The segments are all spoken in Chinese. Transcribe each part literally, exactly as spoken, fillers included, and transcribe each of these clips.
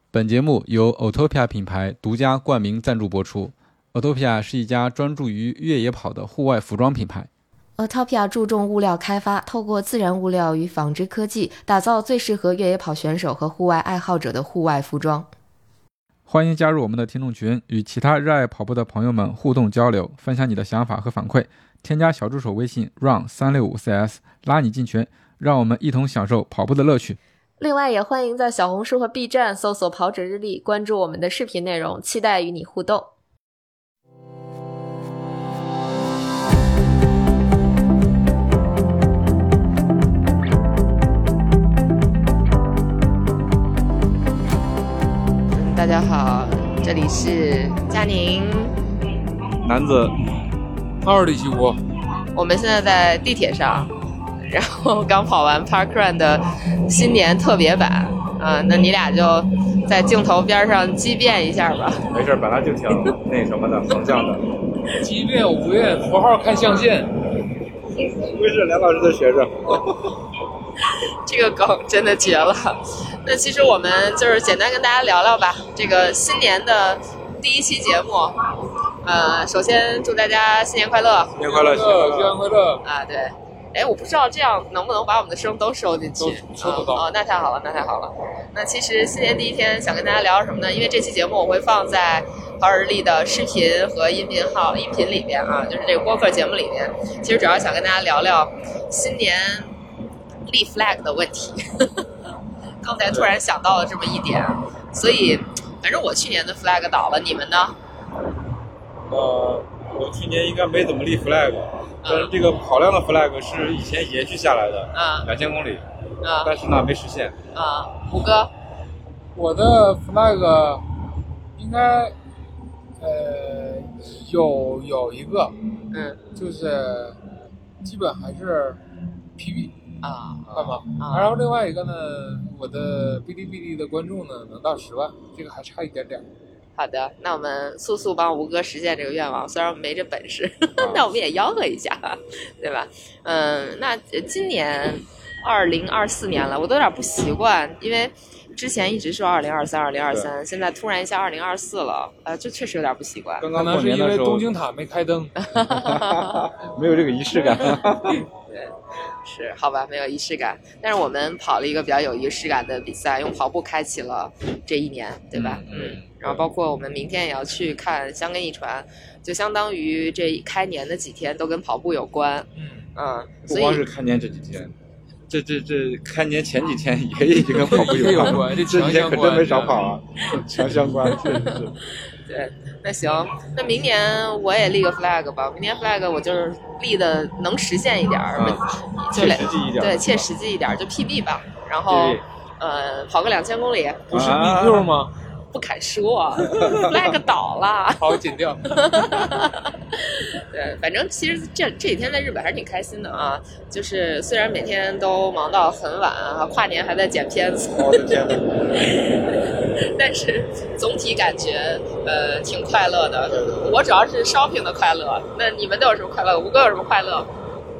本节目由 Autopia 品牌独家冠名赞助播出。Autopia 是一家专注于越野跑的户外服装品牌。 Autopia 注重物料开发，透过自然物料与纺织科技，打造最适合越野跑选手和户外爱好者的户外服装。 欢迎加入我们的听众群，与其他热爱跑步的朋友们互动交流，分享你的想法和反馈。添加小助手微信 run 三六五 C S， 拉你进群，让我们一同享受跑步的乐趣。 另外也欢迎在小红书和 B 站搜索跑者日历，关注我们的视频内容，期待与你互动。大家好，这里是佳宁， 男子二里西湖。 我们现在在地铁上，然后刚跑完 Parkrun 的新年特别版啊，那你俩就在镜头边上激辩一下吧。 没事，本来就挺那什么的，横向的。 激辩无辩，符号看象限。 不是梁老师的学生。 这个梗真的绝了。那其实我们就是简单跟大家聊聊吧，这个新年的第一期节目。呃，首先祝大家新年快乐， 新年快乐， 新年快乐啊！对，哎，我不知道这样能不能把我们的声都收进去， 收得到、 嗯、哦，那太好了，那太好了。那其实新年第一天想跟大家聊什么呢？因为这期节目我会放在跑者日历的视频和音频号音频里边啊，就是这个播客节目里面。其实主要想跟大家聊聊新年立 flag 的问题。刚才突然想到了这么一点，所以反正我去年的 flag 倒了，你们呢？ 呃，我去年应该没怎么立 flag，、嗯、但是这个跑量的 flag 是以前延续下来的， 嗯， 两千公里， 嗯， 但是呢没实现。 啊、嗯，胡哥， 我的 flag 应该呃有有一个， 嗯， 就是基本还是 P B 啊， 干嘛？ 啊， 然后另外一个呢，我的哔哩哔哩的关注呢能到十万，这个还差一点点。 好的，那我们速速帮吴哥实现这个愿望，虽然我们没这本事，那我们也吆喝一下，对吧？嗯，那今年二零二四年了，我都有点不习惯，因为之前一直说二零二三、二零二三，现在突然一下二零二四了，呃，这确实有点不习惯。 刚刚可能是因为东京塔没开灯， 没有这个仪式感。 对，是好吧，没有仪式感。但是我们跑了一个比较有仪式感的比赛，用跑步开启了这一年，对吧？嗯。嗯，然后包括我们明天也要去看香根一传，就相当于这开年的几天都跟跑步有关。 嗯嗯， 不光是开年这几天，这这这开年前几天也已经跟跑步有关， 这这几天可真没少跑啊，强相关，确实是。 对，那行，那明年我也立个 flag 吧。明年 flag 我就是立的能实现一点儿， 嗯、 就切实际一点， 对，切实际一点，就 P B 吧。然后呃，跑个两千公里， 不是 B Q 吗？ 啊不敢说 flag 倒了， 好，剪掉。 对，反正其实这这几天在日本还是挺开心的啊，就是虽然每天都忙到很晚啊，跨年还在剪片子， 我的天哪， 但是总体感觉呃挺快乐的。我主要是 shopping 的快乐，那你们都有什么快乐？吴哥有什么快乐？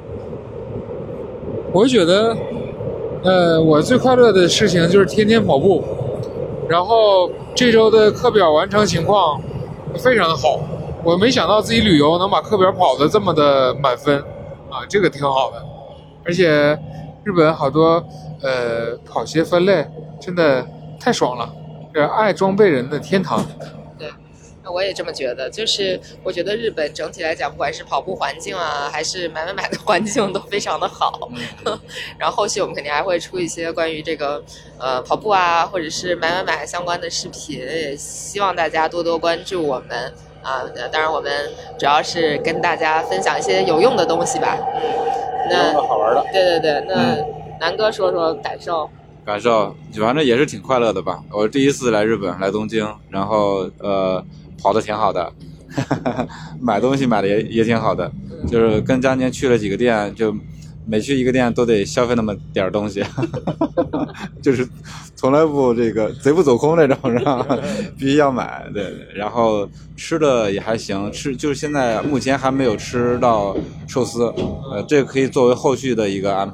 我觉得呃我最快乐的事情就是天天跑步，然后这周的课表完成情况非常的好，我没想到自己旅游能把课表跑得这么的满分啊，这个挺好的。而且日本好多呃跑鞋分类真的太爽了，这爱装备人的天堂。 对，那我也这么觉得，就是我觉得日本整体来讲，不管是跑步环境啊，还是买买买的环境都非常的好。然后后续我们肯定还会出一些关于这个呃跑步啊，或者是买买买相关的视频，也希望大家多多关注我们啊。当然我们主要是跟大家分享一些有用的东西吧。嗯，那好玩的。 对对对，那南哥说说感受。 感受反正也是挺快乐的吧。我第一次来日本，来东京，然后呃跑得挺好的，买东西买的也也挺好的，就是跟佳年去了几个店，就每去一个店都得消费那么点东西，就是从来不这个贼不走空那种，是吧？必须要买，对对。然后吃的也还行，吃就是现在目前还没有吃到寿司，呃，这个可以作为后续的一个安排。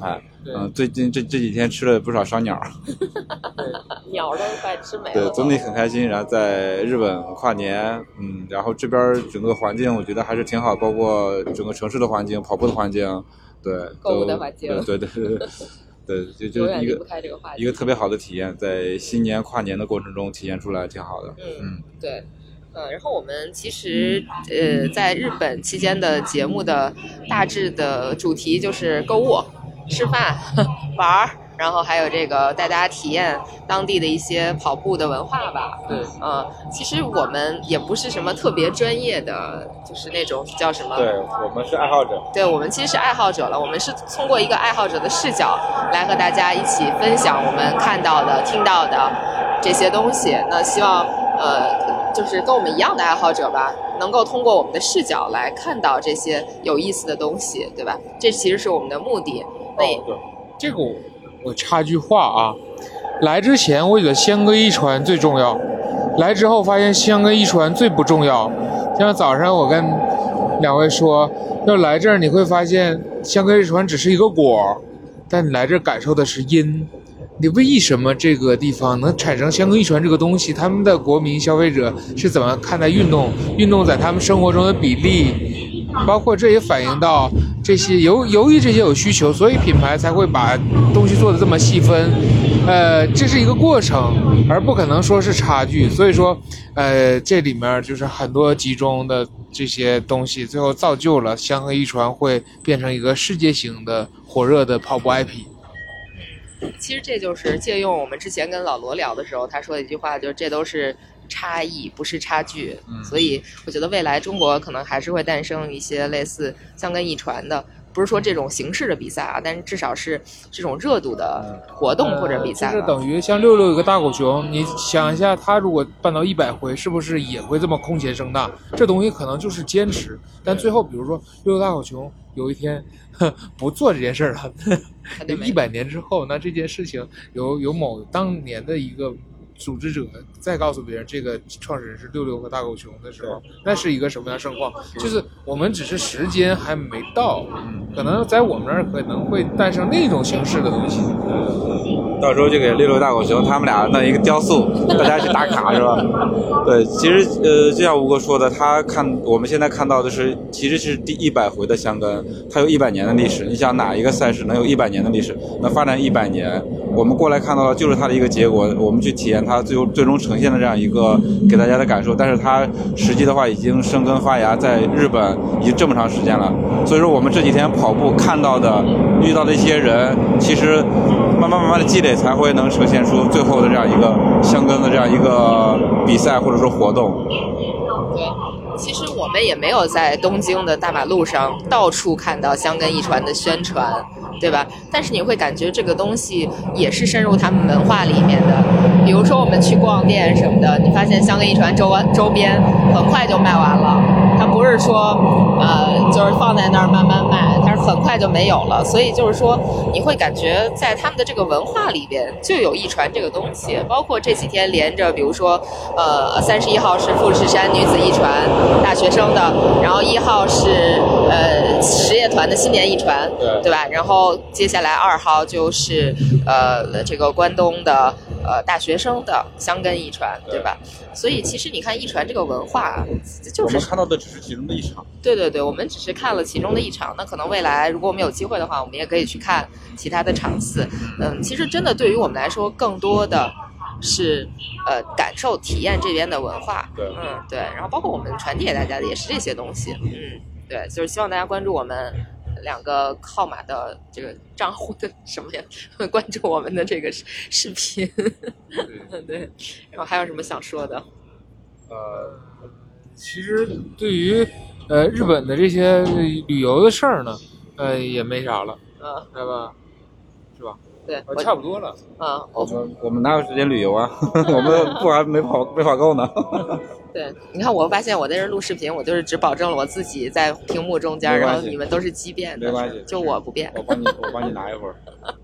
嗯，最近这这几天吃了不少烧鸟， 鸟都快吃没了。 对，总体很开心。然后在日本跨年，嗯，然后这边整个环境我觉得还是挺好，包括整个城市的环境、跑步的环境，对， 购物的环境， 对对对对对，就就一个一个特别好的体验，在新年跨年的过程中体现出来，挺好的。 嗯，嗯对。呃，然后我们其实呃在日本期间的节目的大致的主题就是购物、吃饭、玩儿，然后还有这个带大家体验当地的一些跑步的文化吧。 对， 呃，其实我们也不是什么特别专业的，就是那种叫什么？ 对，我们是爱好者。 对，我们其实是爱好者了。我们是通过一个爱好者的视角来和大家一起分享我们看到的、听到的这些东西。那希望呃。就是跟我们一样的爱好者吧，能够通过我们的视角来看到这些有意思的东西，对吧？这其实是我们的目的。那、 哦、对，这个我我插句话啊，来之前我觉得香根一传最重要，来之后发现香根一传最不重要。像早上我跟两位说，要来这儿你会发现香根一传只是一个果，但你来这儿感受的是因。你为什么这个地方能产生香根一传这个东西？他们的国民消费者是怎么看待运动？运动在他们生活中的比例，包括这也反映到这些由由于这些有需求，所以品牌才会把东西做得这么细分。呃，这是一个过程，而不可能说是差距。所以说，呃，这里面就是很多集中的这些东西，最后造就了香根一传会变成一个世界型的火热的跑步 I P。 其实这就是借用我们之前跟老罗聊的时候他说的一句话，就是这都是差异不是差距、嗯、所以我觉得未来中国可能还是会诞生一些类似香根一传的，不是说这种形式的比赛啊，但是至少是这种热度的活动或者比赛、 呃、就是等于像六六有个大狗熊，你想一下他如果办到一百回是不是也会这么空前盛大？这东西可能就是坚持，但最后比如说六六大狗熊有一天不做这件事了，一百年之后，那这件事情有有某当年的一个组织者再告诉别人这个创始人是六六和大狗熊的时候，那是一个什么样盛况？就是我们只是时间还没到，可能在我们那儿可能会诞生那种形式的东西。 到时候就给六六大狗熊他们俩弄一个雕塑，大家去打卡是吧？对，其实呃，就像吴哥说的，他看我们现在看到的是，其实是第一百回的香根，它有一百年的历史。你想哪一个赛事能有一百年的历史？能发展一百年？我们过来看到的就是它的一个结果，我们去体验它最后最终呈现的这样一个给大家的感受。但是它实际的话已经生根发芽，在日本已经这么长时间了。所以说我们这几天跑步看到的、遇到的一些人，其实慢慢慢慢的积累，才会能呈现出最后的这样一个香根的这样一个比赛或者说活动。 对，其实我们也没有在东京的大马路上到处看到香根一传的宣传，对吧？但是你会感觉这个东西也是深入他们文化里面的。比如说我们去逛店什么的，你发现香根一传周周边很快就卖完了，它不是说呃就是放在那儿慢慢卖，它是很快就没有了。所以就是说你会感觉在他们的这个文化里边就有一传这个东西。包括这几天连着比如说呃三十一号是富士山女子一传大学生的，然后一号是呃实业团的新年一传，对对吧？然后接下来二号就是呃这个关东的呃大学生的香根一传，对吧？所以其实你看一传这个文化，就是我们看到的只是其中的一场。 对对对，我们只是看了其中的一场。那可能未来如果我们有机会的话，我们也可以去看其他的场次。嗯，其实真的对于我们来说，更多的是呃感受体验这边的文化。 对， 嗯对，然后包括我们传递给大家的也是这些东西。嗯，对，就是希望大家关注我们两个号码的这个账户的什么呀？关注我们的这个视频。对, 对，然后还有什么想说的？ 呃，其实对于呃日本的这些旅游的事儿呢，呃也没啥了， 嗯， 知道吧？是吧？ 对， 呃、差不多了。 啊、嗯， 我们我们哪有时间旅游啊？我们步还没跑没跑够呢。 对，你看，我发现我在这录视频，我就是只保证了我自己在屏幕中间，然后你们都是畸变的， 没关系， 就我不变。 我帮你，我帮你拿一会儿。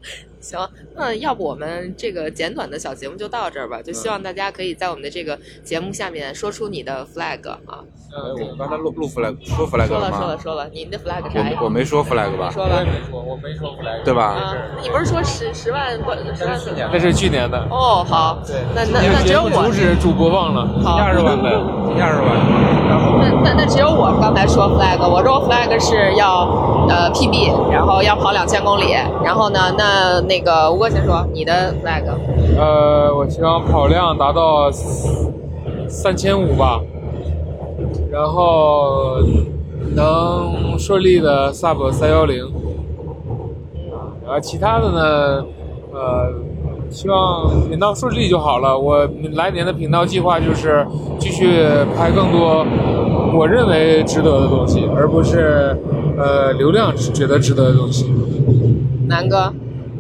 行，那要不我们这个简短的小节目就到这儿吧，就希望大家可以在我们的这个节目下面说出你的 flag 啊。 嗯，我刚才录录 flag 说 flag 说了吗？ 说了说了，你的 flag 啥呀？ 我我没说 flag 吧？ 说了， 我也没说，我没说 flag， 对吧？ 啊，你不是说十十万关十万粉？ 那是去年的。 哦，好， 对， 那那那只有我主旨主播忘了， 好， 二十万呗，二十万。 那那那只有我刚才说 flag， 我说 flag 是要呃 P B， 然后要跑两千公里，然后呢，那那个吴哥先说你的 flag。 呃，我希望跑量达到三千五吧，然后能顺利的 sub 三幺零，然后其他的呢，呃，希望频道顺利就好了。我来年的频道计划就是继续拍更多我认为值得的东西，而不是呃流量觉得值得的东西。 南哥，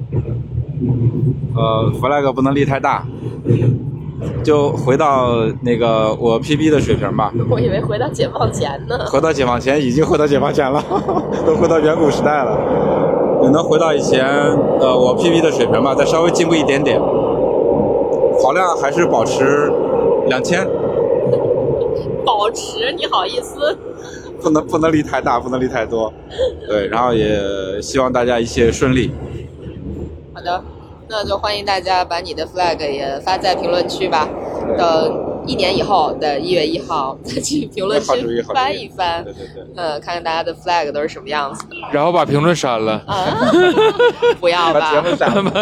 呃 ，flag 不能立太大，就回到那个我 P B 的水平吧。 我以为回到解放前呢。 回到解放前，已经回到解放前了，都回到远古时代了。也能回到以前呃我 P B 的水平吧，再稍微进步一点点。跑量还是保持两千。 保持？你好意思？ 不能不能立太大，不能立太多。对，然后也希望大家一切顺利。 好的，那就欢迎大家把你的 flag 也发在评论区吧。等一年以后的一月一号再去评论区翻一翻， 对对对， 嗯，看看大家的 flag 都是什么样子的。 然后把评论删了。 啊，不要吧？ 把节目删了。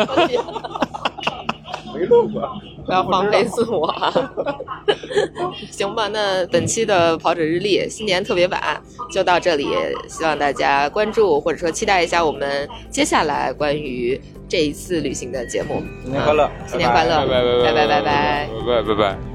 没录过。 不要放飞自我。行吧，那本期的跑者日历新年特别版就到这里，希望大家关注或者说期待一下我们接下来关于这一次旅行的节目。 新年快乐， 新年快乐， 拜拜拜拜拜拜拜拜拜拜拜拜。